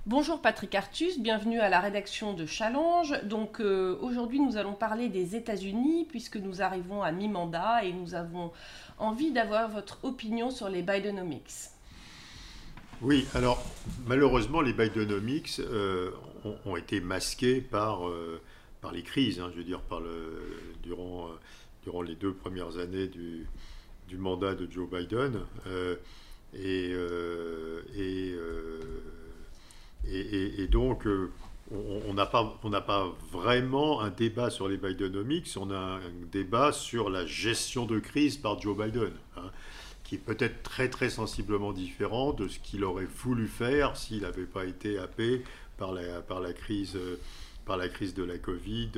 Bonjour Patrick Artus, bienvenue à la rédaction de Challenge. Donc aujourd'hui nous allons parler des États-Unis puisque nous arrivons à mi-mandat et nous avons envie d'avoir votre opinion sur les Bidenomics. Oui, alors malheureusement, les Bidenomics ont été masqués par les crises, hein, je veux dire, durant les 2 premières années du mandat de Joe Biden. Et, euh, et, euh, et donc, on n'a pas vraiment un débat sur les Bidenomics, on a un débat sur la gestion de crise par Joe Biden, hein, qui est peut-être très très sensiblement différent de ce qu'il aurait voulu faire s'il n'avait pas été happé par la crise de la Covid,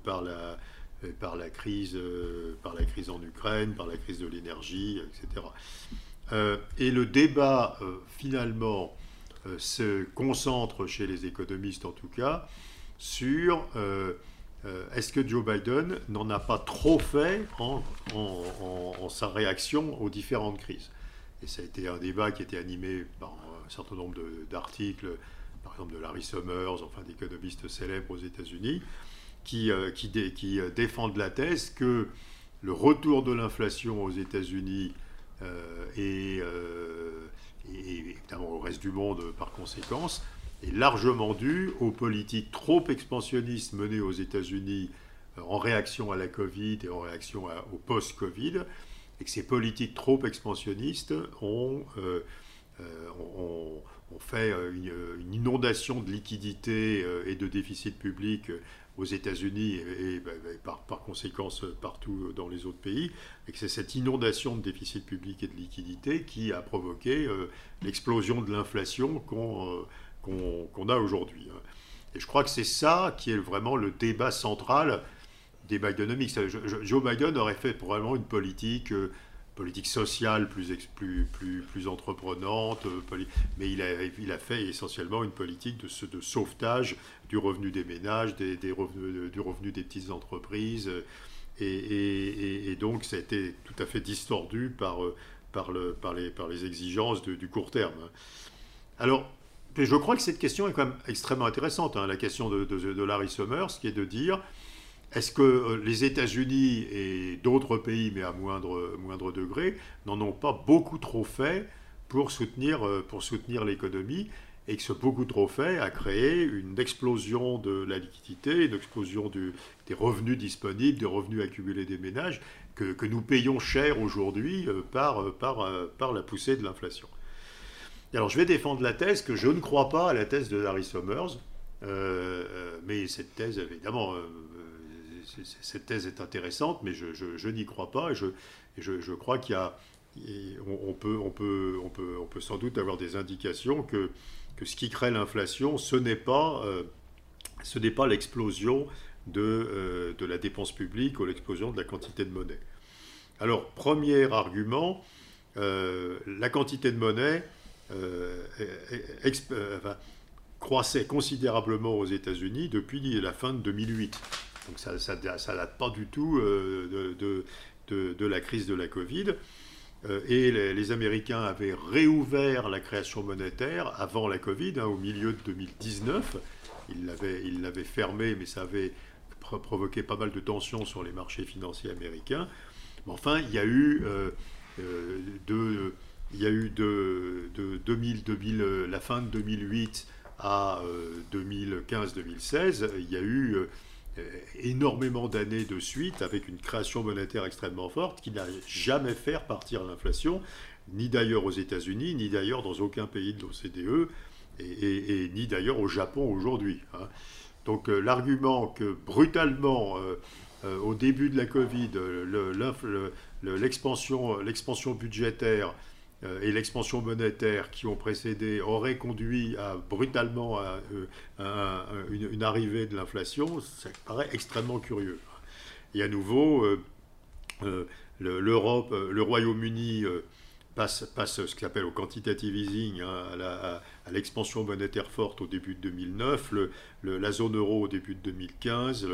par la crise en Ukraine, par la crise de l'énergie, etc. Et le débat, finalement, se concentre chez les économistes en tout cas sur est-ce que Joe Biden n'en a pas trop fait en sa réaction aux différentes crises. Et ça a été un débat qui a été animé par un certain nombre d'articles, par exemple de Larry Summers, enfin d'économistes célèbres aux États-Unis, qui défendent la thèse que le retour de l'inflation aux États-Unis euh, et, euh, et évidemment au reste du monde par conséquence, est largement dû aux politiques trop expansionnistes menées aux États-Unis en réaction à la Covid et en réaction au post-Covid, et que ces politiques trop expansionnistes ont, ont fait une inondation de liquidités et de déficit public aux États-Unis par conséquence partout dans les autres pays, et que c'est cette inondation de déficit public et de liquidités qui a provoqué l'explosion de l'inflation qu'on a aujourd'hui. Et je crois que c'est ça qui est vraiment le débat central des Bidenomics. Joe Biden aurait fait probablement une politique sociale plus entreprenante, mais il a fait essentiellement une politique de sauvetage du revenu des ménages, du revenu des petites entreprises, et donc ça a été tout à fait distordu par les exigences du court terme. Alors, je crois que cette question est quand même extrêmement intéressante, hein, la question de Larry Summers, qui est de dire est-ce que les États-Unis et d'autres pays, mais à moindre degré, n'en ont pas beaucoup trop fait pour soutenir l'économie, et que ce beaucoup trop fait a créé une explosion de la liquidité, une explosion des revenus disponibles, des revenus accumulés des ménages, que nous payons cher aujourd'hui par la poussée de l'inflation. Alors je vais défendre la thèse que je ne crois pas à la thèse de Larry Summers, mais cette thèse, évidemment, cette thèse est intéressante, mais je n'y crois pas, je crois qu'il y a, on peut sans doute avoir des indications que ce qui crée l'inflation, ce n'est pas l'explosion de la dépense publique ou l'explosion de la quantité de monnaie. Alors, premier argument, la quantité de monnaie enfin, croissait considérablement aux États-Unis depuis la fin de 2008. Donc ça date pas du tout de la crise de la Covid. Et les Américains avaient réouvert la création monétaire avant la Covid, hein, au milieu de 2019. Ils l'avaient fermé, mais ça avait provoqué pas mal de tensions sur les marchés financiers américains. Mais enfin, il y a eu la fin de 2008 à 2015-2016, il y a eu énormément d'années de suite avec une création monétaire extrêmement forte qui n'a jamais fait repartir l'inflation, ni d'ailleurs aux États-Unis, ni d'ailleurs dans aucun pays de l'OCDE, et ni d'ailleurs au Japon aujourd'hui, hein. Donc l'argument que brutalement, au début de la Covid, l'expansion budgétaire et l'expansion monétaire qui ont précédé auraient conduit brutalement à une arrivée de l'inflation, ça paraît extrêmement curieux. Et à nouveau, le Royaume-Uni passe ce qu'on appelle au quantitative easing, hein, à l'expansion monétaire forte au début de 2009, la zone euro au début de 2015,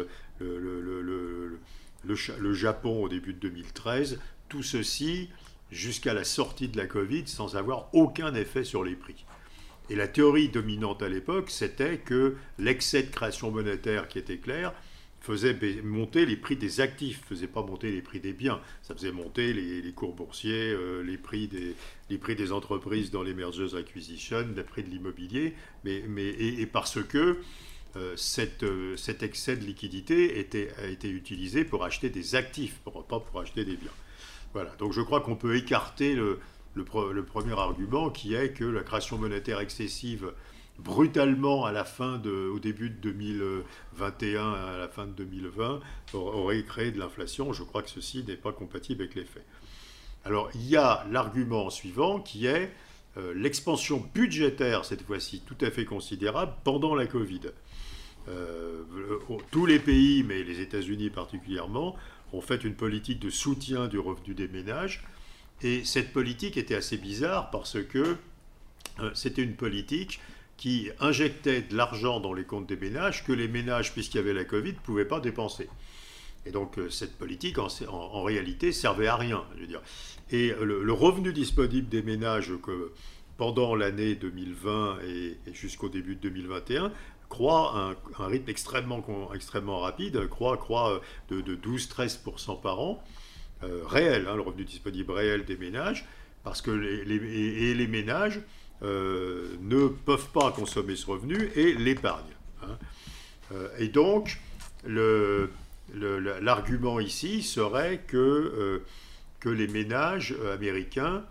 le Japon au début de 2013, tout ceci jusqu'à la sortie de la Covid sans avoir aucun effet sur les prix. Et la théorie dominante à l'époque, c'était que l'excès de création monétaire qui était clair faisait monter les prix des actifs, ne faisait pas monter les prix des biens. Ça faisait monter les cours boursiers, les prix des entreprises dans les mergers acquisition, les prix de l'immobilier, et parce que cet excès de liquidité a été utilisé pour acheter des actifs, pas pour acheter des biens. Voilà, donc je crois qu'on peut écarter le premier argument qui est que la création monétaire excessive brutalement au début de 2021, à la fin de 2020, aurait créé de l'inflation. Je crois que ceci n'est pas compatible avec les faits. Alors il y a l'argument suivant qui est l'expansion budgétaire, cette fois-ci tout à fait considérable, pendant la Covid. Tous les pays, mais les États-Unis particulièrement, ont fait une politique de soutien du revenu des ménages. Et cette politique était assez bizarre parce que c'était une politique qui injectait de l'argent dans les comptes des ménages que les ménages, puisqu'il y avait la Covid, ne pouvaient pas dépenser. Et donc cette politique, en réalité, servait à rien. Je veux dire. Et le revenu disponible des ménages pendant l'année 2020 et jusqu'au début de 2021 croît à un rythme extrêmement rapide, croît de 12-13% par an, réel, le revenu disponible réel des ménages, parce que les ménages ne peuvent pas consommer ce revenu et l'épargnent. Et donc, l'argument ici serait que les ménages américains,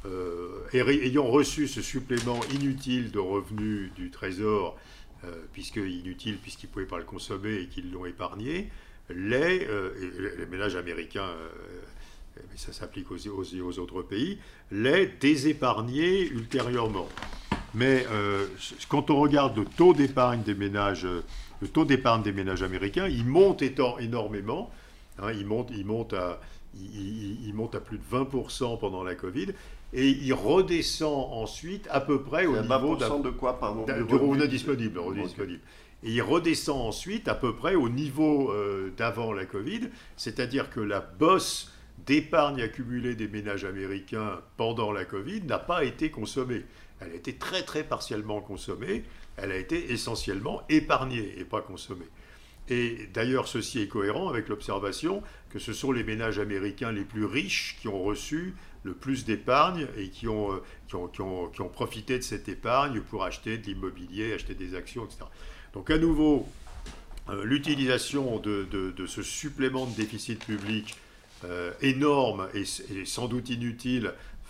ayant reçu ce supplément inutile de revenus du Trésor, inutile puisqu'ils ne pouvaient pas le consommer et qu'ils l'ont épargné, les ménages américains, mais ça s'applique aux autres pays, les désépargner ultérieurement. Mais quand on regarde le taux d'épargne des ménages américains, il monte énormément. Il monte à plus de 20% pendant la Covid, et il redescend ensuite à peu près au niveau de quoi, pardon, du revenu disponible. Et il redescend ensuite à peu près au niveau d'avant la Covid, c'est-à-dire que la bosse d'épargne accumulée des ménages américains pendant la Covid n'a pas été consommée. Elle a été très très partiellement consommée, elle a été essentiellement épargnée et pas consommée. Et d'ailleurs, ceci est cohérent avec l'observation que ce sont les ménages américains les plus riches qui ont reçu le plus d'épargne et qui ont profité de cette épargne pour acheter de l'immobilier, acheter des actions, etc. Donc à nouveau, l'utilisation de ce supplément de déficit public énorme et sans doute inutile,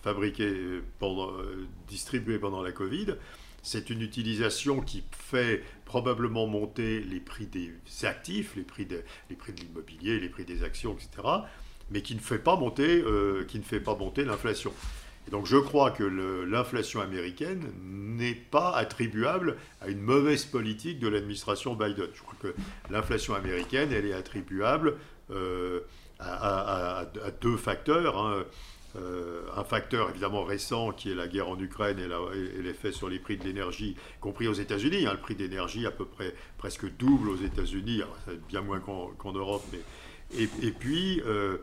distribué pendant la Covid, c'est une utilisation qui fait probablement monter les prix des actifs, les prix de l'immobilier, les prix des actions, etc., mais qui ne fait pas monter l'inflation. Et donc je crois que l'inflation américaine n'est pas attribuable à une mauvaise politique de l'administration Biden. Je crois que l'inflation américaine, elle est attribuable à deux facteurs. Un facteur évidemment récent qui est la guerre en Ukraine et l'effet sur les prix de l'énergie, compris aux États-Unis. Le prix d'énergie à peu près presque double aux États-Unis, bien moins qu'en Europe. Et puis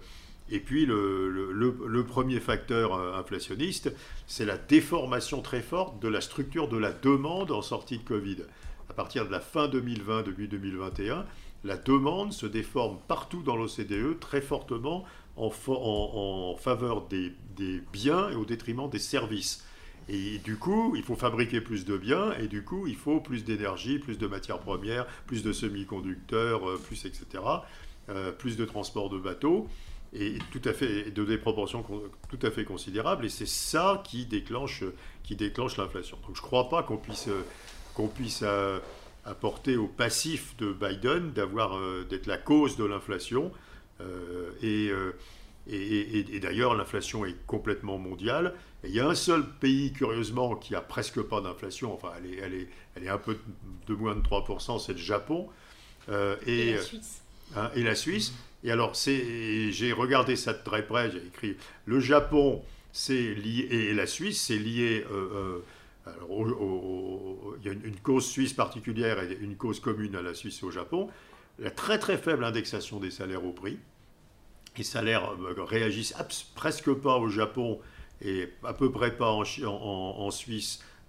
le premier facteur inflationniste, c'est la déformation très forte de la structure de la demande en sortie de Covid. À partir de la fin 2020, début 2021, la demande se déforme partout dans l'OCDE très fortement en faveur des biens et au détriment des services. Et du coup, il faut fabriquer plus de biens, et du coup, il faut plus d'énergie, plus de matières premières, plus de semi-conducteurs, etc., plus de transport de bateaux, et de des proportions tout à fait considérables, et c'est ça qui déclenche l'inflation. Donc je ne crois pas qu'on puisse apporter au passif de Biden d'être la cause de l'inflation. Et d'ailleurs, l'inflation est complètement mondiale. Et il y a un seul pays, curieusement, qui a presque pas d'inflation. Enfin, elle est un peu de moins de 3%, c'est le Japon. Et la Suisse. Et la Suisse. Et alors, j'ai regardé ça de très près. J'ai écrit le Japon, c'est lié, et la Suisse, c'est lié. Il y a une cause suisse particulière et une cause commune à la Suisse et au Japon. La très très faible indexation des salaires au prix. Les salaires réagissent presque pas au Japon et à peu près pas en Suisse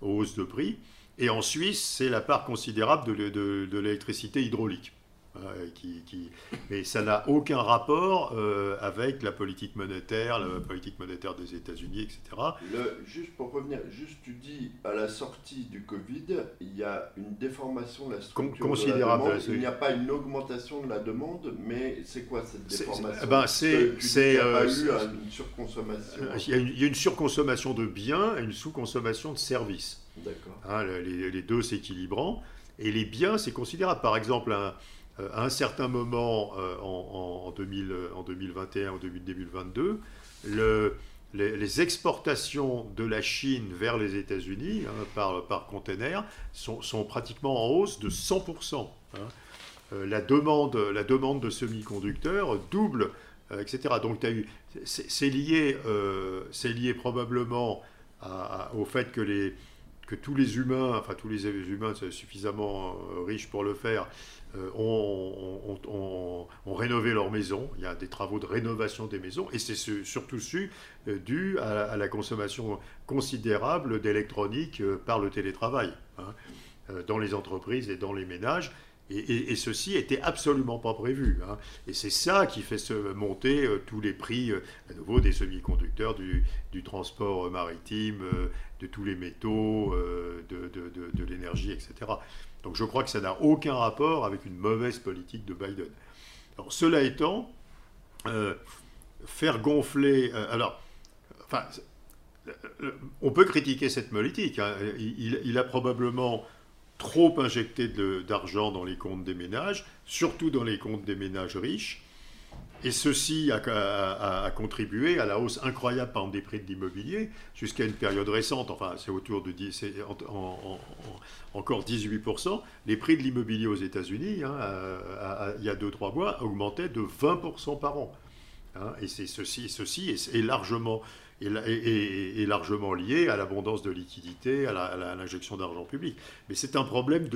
hausses de prix. Et en Suisse, c'est la part considérable de l'électricité hydraulique. Mais ça n'a aucun rapport avec la politique monétaire des États-Unis, etc. Juste pour revenir, tu dis à la sortie du Covid, il y a une déformation de la structure considérable. De la demande. Il n'y a pas une augmentation de la demande, mais c'est quoi cette déformation? Il n'y a pas eu une surconsommation. Il y a une surconsommation de biens et une sous-consommation de services. D'accord. Les deux s'équilibrant. Et les biens, c'est considérable. Par exemple, à un certain moment, en 2021 ou début 2022, les exportations de la Chine vers les États-Unis par container sont pratiquement en hausse de 100%. La demande de semi-conducteurs double, etc. Donc c'est lié probablement au fait que tous les humains suffisamment riches pour le faire, ont rénové leurs maisons. Il y a des travaux de rénovation des maisons, et c'est surtout dû à la consommation considérable d'électronique par le télétravail, dans les entreprises et dans les ménages. Et ceci n'était absolument pas prévu. Et c'est ça qui fait monter tous les prix, à nouveau, des semi-conducteurs, du transport maritime, de tous les métaux, de l'énergie, etc. Donc je crois que ça n'a aucun rapport avec une mauvaise politique de Biden. Alors, cela étant, faire gonfler... on peut critiquer cette politique. Il a probablement trop injecté d'argent dans les comptes des ménages, surtout dans les comptes des ménages riches. Et ceci a contribué à la hausse incroyable, par exemple, des prix de l'immobilier, jusqu'à une période récente, enfin c'est autour de encore 18%. Les prix de l'immobilier aux États-Unis, il y a 2-3 mois, augmentaient de 20% par an. Et ceci est largement lié à l'abondance de liquidités, à l'injection d'argent public. Mais c'est un problème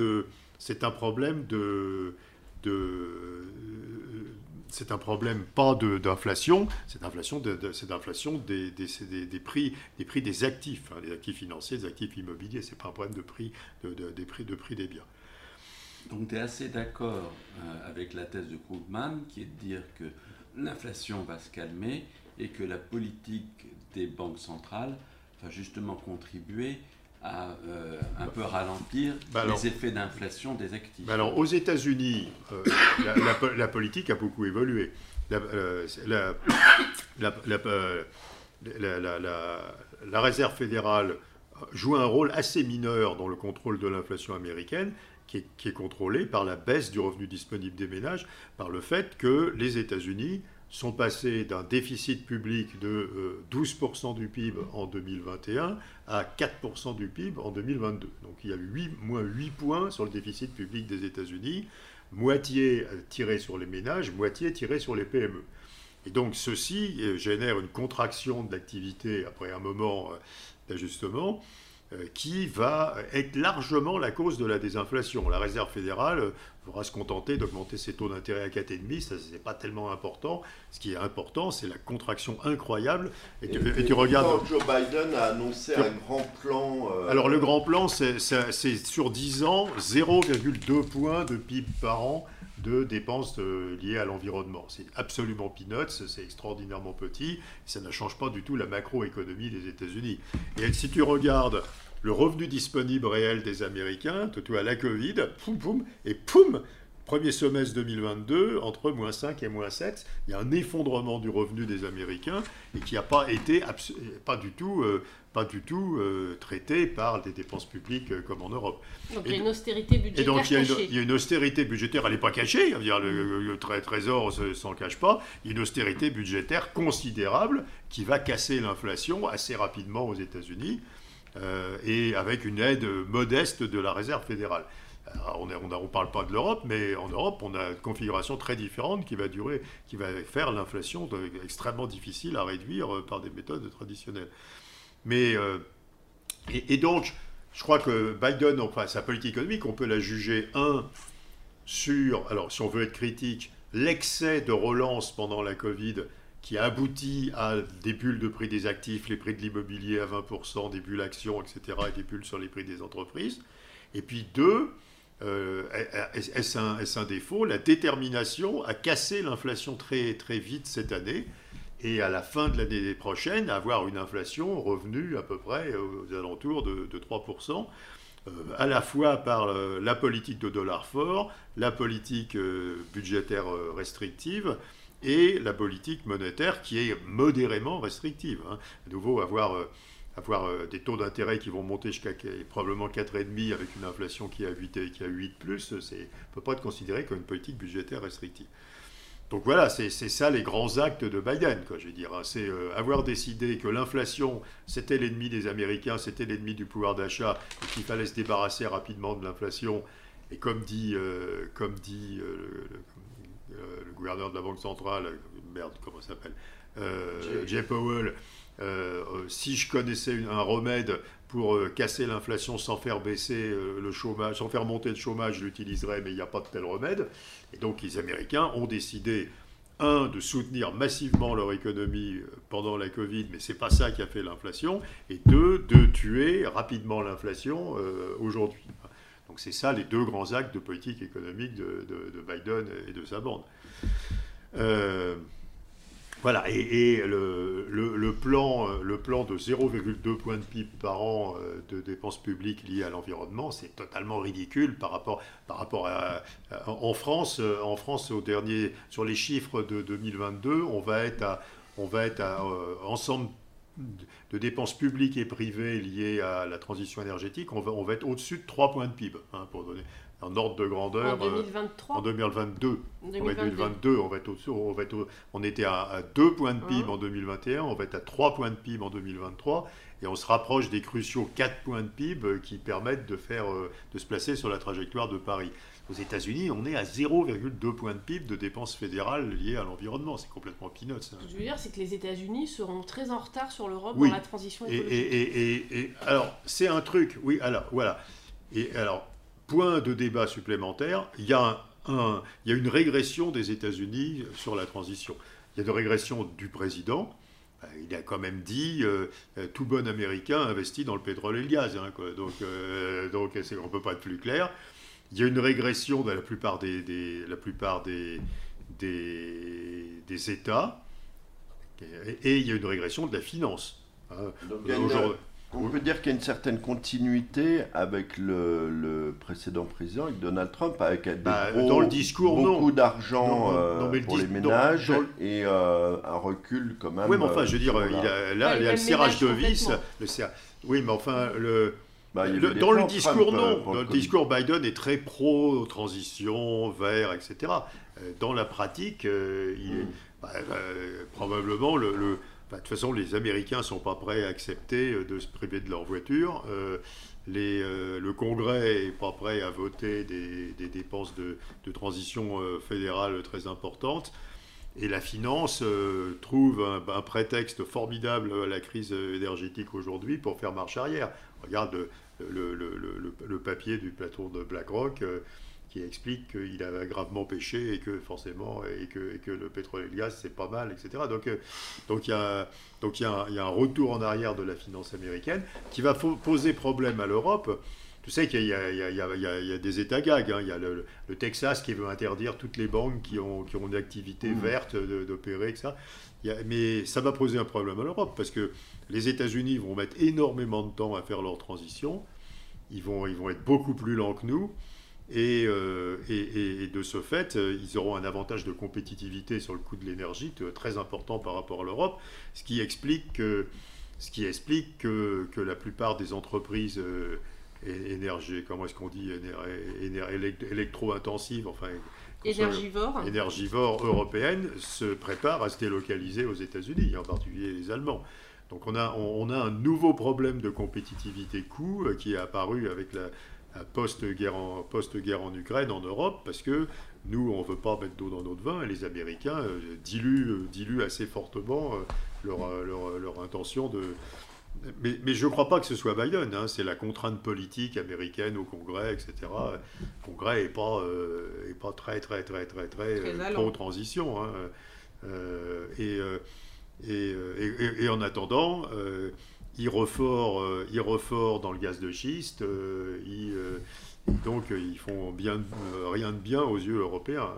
pas d'inflation, c'est d'inflation des prix des actifs, des actifs financiers, des actifs immobiliers. C'est pas un problème de prix des biens. Donc tu es assez d'accord avec la thèse de Krugman, qui est de dire que l'inflation va se calmer et que la politique des banques centrales va justement contribuer à un peu ralentir les effets d'inflation des actifs. Alors, aux États-Unis, la politique a beaucoup évolué. La Réserve fédérale joue un rôle assez mineur dans le contrôle de l'inflation américaine, qui est contrôlée par la baisse du revenu disponible des ménages, par le fait que les États-Unis sont passés d'un déficit public de 12% du PIB en 2021 à 4% du PIB en 2022. Donc il y a eu moins 8 points sur le déficit public des États-Unis, moitié tiré sur les ménages, moitié tiré sur les PME. Et donc ceci génère une contraction de l'activité après un moment d'ajustement qui va être largement la cause de la désinflation. La Réserve fédérale pourra se contenter d'augmenter ses taux d'intérêt à 4,5, ça c'est pas tellement important. Ce qui est important, c'est la contraction incroyable. Et tu regardes... Joe Biden a annoncé un grand plan... Alors le grand plan, c'est sur 10 ans, 0,2 points de PIB par an de dépenses liées à l'environnement. C'est absolument peanuts, c'est extraordinairement petit, ça ne change pas du tout la macroéconomie des États-Unis. Et si tu regardes le revenu disponible réel des Américains, tout à la Covid, premier semestre 2022, entre -5 et -7, il y a un effondrement du revenu des Américains et qui n'a pas été pas du tout traité par des dépenses publiques comme en Europe. Donc il y a une austérité budgétaire. Et donc cachée. Il y a une austérité budgétaire, elle n'est pas cachée, le Trésor ne s'en cache pas, il y a une austérité budgétaire considérable qui va casser l'inflation assez rapidement aux États-Unis et avec une aide modeste de la Réserve fédérale. Alors, on ne parle pas de l'Europe, mais en Europe, on a une configuration très différente qui va faire l'inflation extrêmement difficile à réduire par des méthodes traditionnelles. Mais, et donc, je crois que Biden, enfin, sa politique économique, on peut la juger, sur, alors si on veut être critique, l'excès de relance pendant la Covid qui a abouti à des bulles de prix des actifs, les prix de l'immobilier à 20%, des bulles actions, etc., et des bulles sur les prix des entreprises. Et puis deux, est-ce un défaut? La détermination à casser l'inflation très, très vite cette année et à la fin de l'année prochaine avoir une inflation revenue à peu près aux alentours de 3%, à la fois par la politique de dollar fort, la politique budgétaire restrictive et la politique monétaire qui est modérément restrictive. Hein. À nouveau, avoir des taux d'intérêt qui vont monter jusqu'à probablement 4,5 avec une inflation qui a 8 plus, ne peut pas être considéré comme une politique budgétaire restrictive. Donc voilà, c'est ça les grands actes de Biden, quoi, je veux dire. Hein. C'est avoir décidé que l'inflation, c'était l'ennemi des Américains, c'était l'ennemi du pouvoir d'achat, et qu'il fallait se débarrasser rapidement de l'inflation. Et comme dit le gouverneur de la Banque centrale, merde, comment ça s'appelle, Jay Powell, si je connaissais un remède pour casser l'inflation sans faire baisser le chômage, sans faire monter le chômage, je l'utiliserais, mais il n'y a pas de tel remède. Et donc les Américains ont décidé, un, de soutenir massivement leur économie pendant la Covid, mais ce n'est pas ça qui a fait l'inflation, et deux, de tuer rapidement l'inflation aujourd'hui. Donc c'est ça les deux grands actes de politique économique de Biden et de sa bande. Voilà, et le plan de 0,2 points de PIB par an de dépenses publiques liées à l'environnement, c'est totalement ridicule par rapport à en France sur les chiffres de 2022, on va être à ensemble de dépenses publiques et privées liées à la transition énergétique, on va être au-dessus de 3 points de PIB, hein, pour donner en ordre de grandeur. En 2023 en 2022. En 2022, on était à 2 points de PIB en 2021, on va être à 3 points de PIB en 2023, et on se rapproche des cruciaux 4 points de PIB qui permettent de se placer sur la trajectoire de Paris. Aux États-Unis, on est à 0,2 points de PIB de dépenses fédérales liées à l'environnement. C'est complètement peanuts. Ce que je veux dire, c'est que les États-Unis seront très en retard sur l'Europe dans la transition écologique. Et alors, c'est un truc, oui, alors, voilà. Et alors, point de débat supplémentaire, il y a une régression des États-Unis sur la transition. Il y a une régression du président. Il a quand même dit tout bon Américain investit dans le pétrole et le gaz. Hein, quoi. Donc on ne peut pas être plus clair. Il y a une régression de la plupart des États. Et il y a une régression de la finance. Hein. Donc, on peut dire qu'il y a une certaine continuité avec le précédent président, avec Donald Trump, avec dans le discours, beaucoup d'argent pour les ménages et un recul quand même. Oui, mais enfin, je veux dire, il y a le serrage de vis. Oui, mais enfin, dans le discours, non. Dans le discours, Biden est très pro-transition, vert, etc. Dans la pratique, probablement de toute façon, les Américains ne sont pas prêts à accepter de se priver de leur voiture. Le Congrès n'est pas prêt à voter des dépenses de transition fédérale très importantes. Et la finance trouve un prétexte formidable à la crise énergétique aujourd'hui pour faire marche arrière. Regarde le papier du patron de BlackRock qui explique qu'il a gravement péché et que forcément et que le pétrole et le gaz c'est pas mal, etc. Donc il y a un retour en arrière de la finance américaine qui va poser problème à l'Europe. Tu sais qu'il y a des États gags. Hein. Il y a le Texas qui veut interdire toutes les banques qui ont une activité verte d'opérer, etc. Mais ça va poser un problème à l'Europe parce que les États-Unis vont mettre énormément de temps à faire leur transition. Ils vont être beaucoup plus lents que nous. Et de ce fait, ils auront un avantage de compétitivité sur le coût de l'énergie très important par rapport à l'Europe, ce qui explique que la plupart des entreprises électro-intensives, enfin énergivores européennes se préparent à se délocaliser aux États-Unis, en particulier les Allemands. Donc on a un nouveau problème de compétitivité coût qui est apparu avec la post-guerre en Ukraine, en Europe, parce que nous, on ne veut pas mettre d'eau dans notre vin, et les Américains diluent assez fortement leur intention de... Mais je ne crois pas que ce soit Biden, hein, c'est la contrainte politique américaine au Congrès, etc. Le Congrès n'est pas très pro-transition. Hein. Et en attendant, ils reforent dans le gaz de schiste, donc ils font rien de bien aux yeux européens.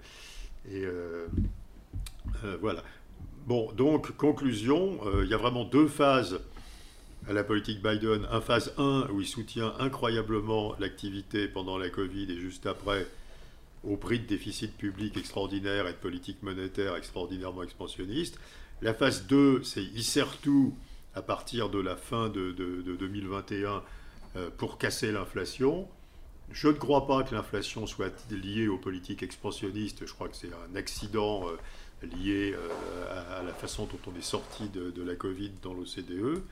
Voilà. Bon, donc, conclusion, il y a vraiment deux phases à la politique Biden. Un phase 1 où il soutient incroyablement l'activité pendant la Covid et juste après, au prix de déficit public extraordinaire et de politique monétaire extraordinairement expansionniste. La phase 2, c'est il sert tout à partir de la fin de 2021 pour casser l'inflation. Je ne crois pas que l'inflation soit liée aux politiques expansionnistes. Je crois que c'est un accident lié à la façon dont on est sorti de la Covid dans l'OCDE.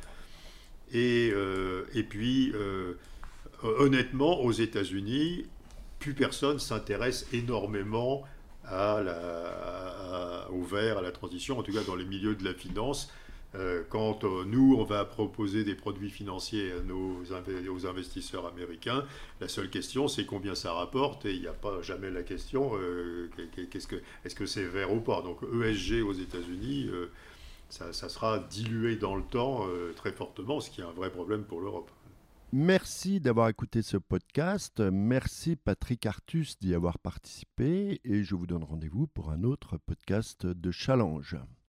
Et puis, honnêtement, aux États-Unis, plus personne s'intéresse énormément au vert, à la transition, en tout cas dans les milieux de la finance. Quand nous, on va proposer des produits financiers aux investisseurs américains, la seule question, c'est combien ça rapporte, et il n'y a pas jamais la question, est-ce que c'est vert ou pas. Donc ESG aux États-Unis, ça sera dilué dans le temps très fortement, ce qui est un vrai problème pour l'Europe. Merci d'avoir écouté ce podcast. Merci Patrick Artus d'y avoir participé et je vous donne rendez-vous pour un autre podcast de Challenge.